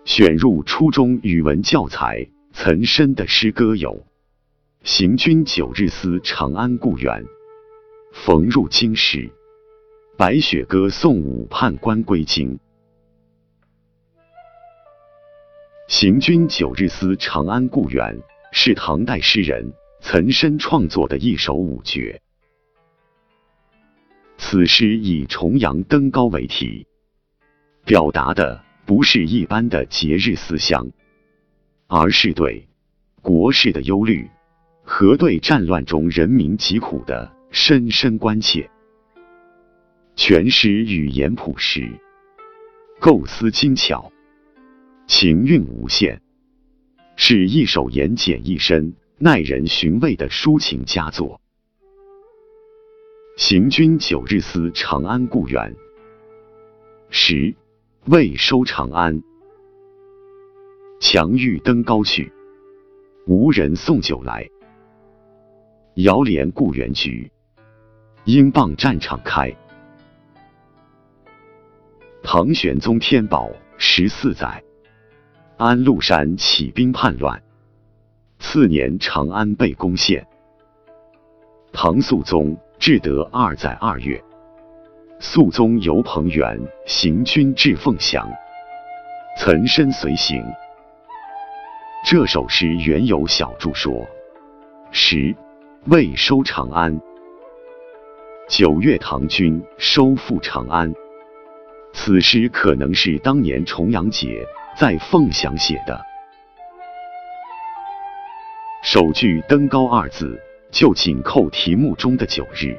选入初中语文教材岑参的诗歌有：行军9日思长安故园，逢入京师，白雪歌送武判官归京。行军9日思长安故园是唐代诗人岑参创作的一首五绝。此诗以重阳登高为题，表达的不是一般的节日思乡，而是对国事的忧虑和对战乱中人民疾苦的深深关切。全诗语言朴实，构思精巧，情韵无限，是一首言简意深、耐人寻味的抒情佳作。行军9日思长安故园，时未收长安，强欲登高去，无人送酒来。遥怜故园菊，英镑战场开。唐玄宗天宝14载，安禄山起兵叛乱，次年长安被攻陷。唐肃宗至德2载2月，肃宗由彭元行军至凤翔，岑参随行。这首诗原有小注说：时未收长安，9月唐军收复长安。此诗可能是当年重阳节在凤翔写的。首句登高2字就紧扣题目中的9日，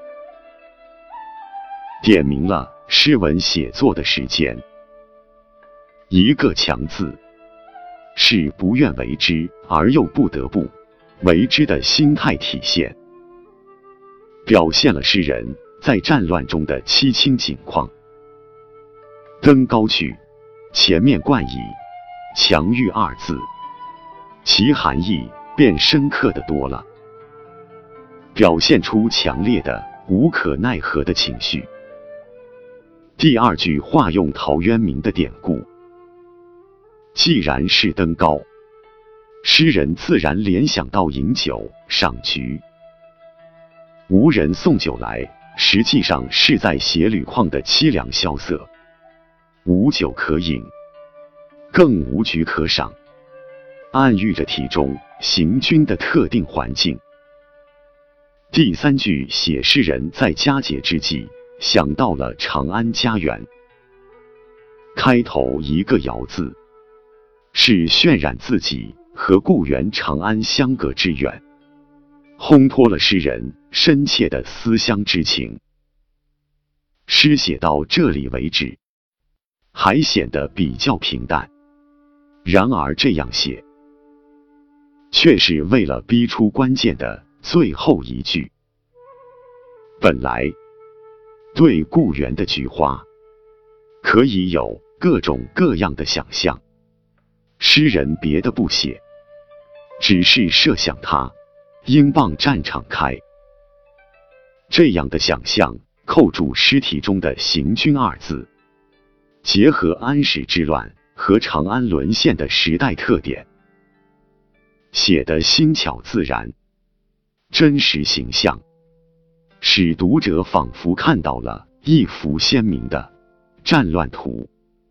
点明了诗文写作的时间。一个强字，是不愿为之而又不得不为之的心态体现，表现了诗人在战乱中的凄清景况。登高去，前面冠以强欲2字，其含义便深刻的多了，表现出强烈的无可奈何的情绪。第二句化用陶渊明的典故，既然是登高，诗人自然联想到饮酒赏菊。无人送酒来，实际上是在写吕况的凄凉萧瑟，无酒可饮，更无菊可赏，暗喻着题中行军的特定环境。第三句写诗人在佳节之际想到了长安家园，开头一个遥字，是渲染自己和故园长安相隔之远，烘托了诗人深切的思乡之情。诗写到这里为止，还显得比较平淡，然而这样写，却是为了逼出关键的最后一句。本来对故园的菊花可以有各种各样的想象，诗人别的不写，只是设想它英镑战场开。这样的想象扣住诗题中的行军2字，结合安史之乱和长安沦陷的时代特点，写得新巧自然，真实形象，使读者仿佛看到了一幅鲜明的战乱图。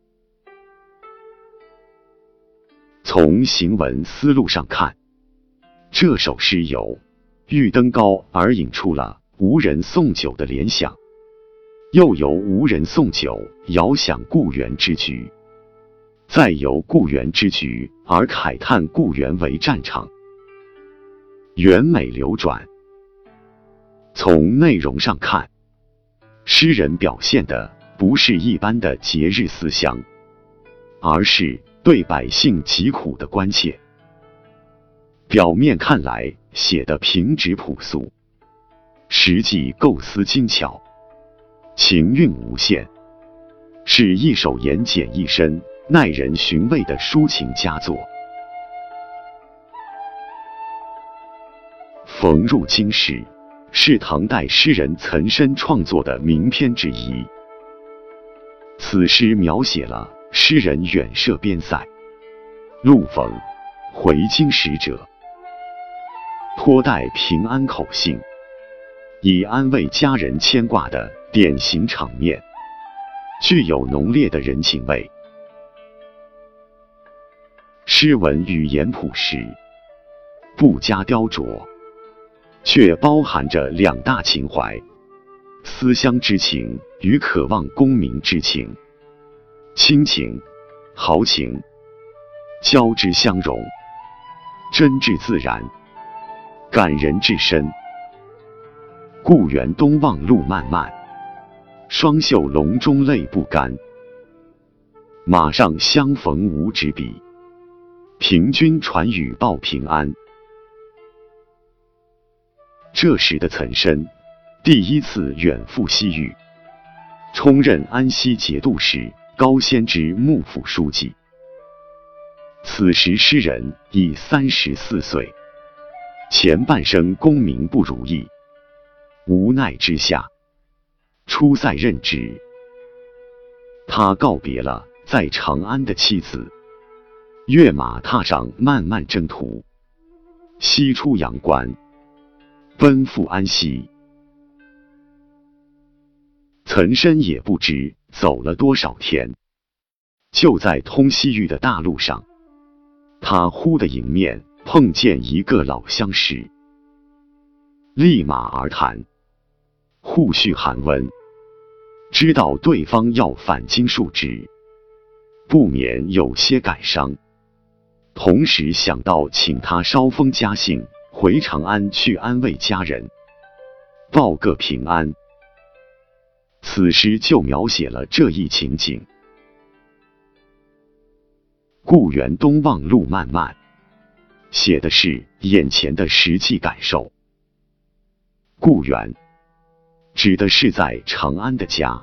从行文思路上看，这首诗由欲登高而引出了无人送酒的联想，又由无人送酒遥想故园之菊，再由故园之菊而慨叹故园为战场，圆美流转。从内容上看，诗人表现的不是一般的节日思乡，而是对百姓疾苦的关切。表面看来写得平直朴素，实际构思精巧，情韵无限，是一首言简意深、耐人寻味的抒情佳作。逢入京师是唐代诗人岑参创作的名篇之一。此诗描写了诗人远涉边塞， 陆逢回京使者，托带平安口信，以安慰家人牵挂的典型场面，具有浓烈的人情味。诗文语言朴实，不加雕琢，却包含着两大情怀：思乡之情与渴望功名之情，亲情、豪情交织相融，真挚自然，感人至深。故园东望路漫漫，双袖龙钟泪不干。马上相逢无纸笔，凭君传语报平安。这时的岑参第一次远赴西域，充任安西节度使高仙芝幕府书记。此时诗人已34岁，前半生功名不如意，无奈之下出塞任职。他告别了在长安的妻子，跃马踏上漫漫征途，西出阳关，奔赴安西。岑参也不知走了多少天，就在通西域的大路上，他忽的迎面碰见一个老相识，立马而谈，互叙寒温，知道对方要返京述职，不免有些感伤，同时想到请他捎封家信回长安去安慰家人，报个平安。此诗就描写了这一情景。故园东望路漫漫，写的是眼前的实际感受。故园指的是在长安的家，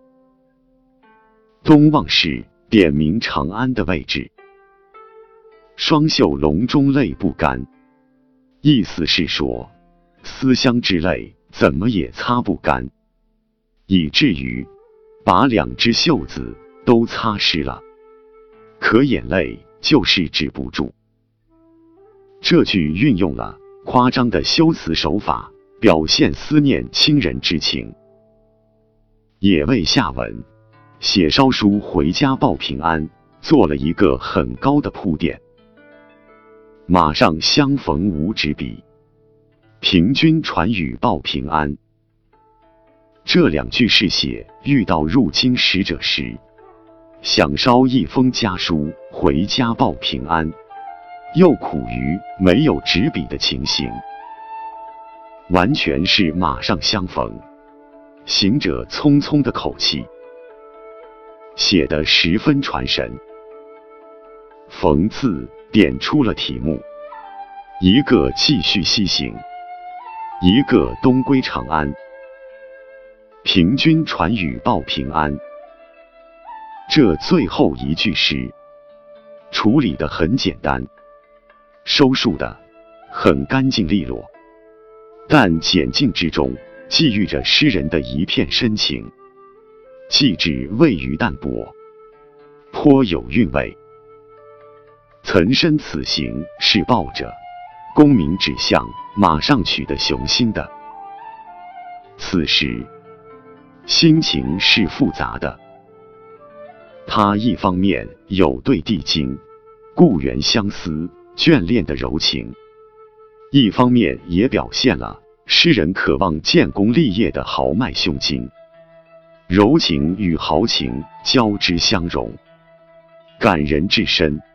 东望是点明长安的位置。双袖龙钟泪不干，意思是说思乡之泪怎么也擦不干，以至于把两只袖子都擦湿了，可眼泪就是止不住。这句运用了夸张的修辞手法，表现思念亲人之情，也为下文写捎书回家报平安做了一个很高的铺垫。马上相逢无纸笔，凭君传语报平安。这两句是写遇到入京使者时，想捎一封家书回家报平安，又苦于没有纸笔的情形，完全是马上相逢，行者匆匆的口气，写得十分传神。逢字点出了题目，一个继续西行，一个东归长安。凭君传语报平安，这最后一句诗处理得很简单，收束的很干净利落，但简净之中寄寓着诗人的一片深情，气质未于淡泊，颇有韵味。岑参此行是抱着功名指向马上取的雄心的，此时心情是复杂的。他一方面有对帝京、故园相思、眷恋的柔情，一方面也表现了诗人渴望建功立业的豪迈胸襟。柔情与豪情交织相融，感人至深。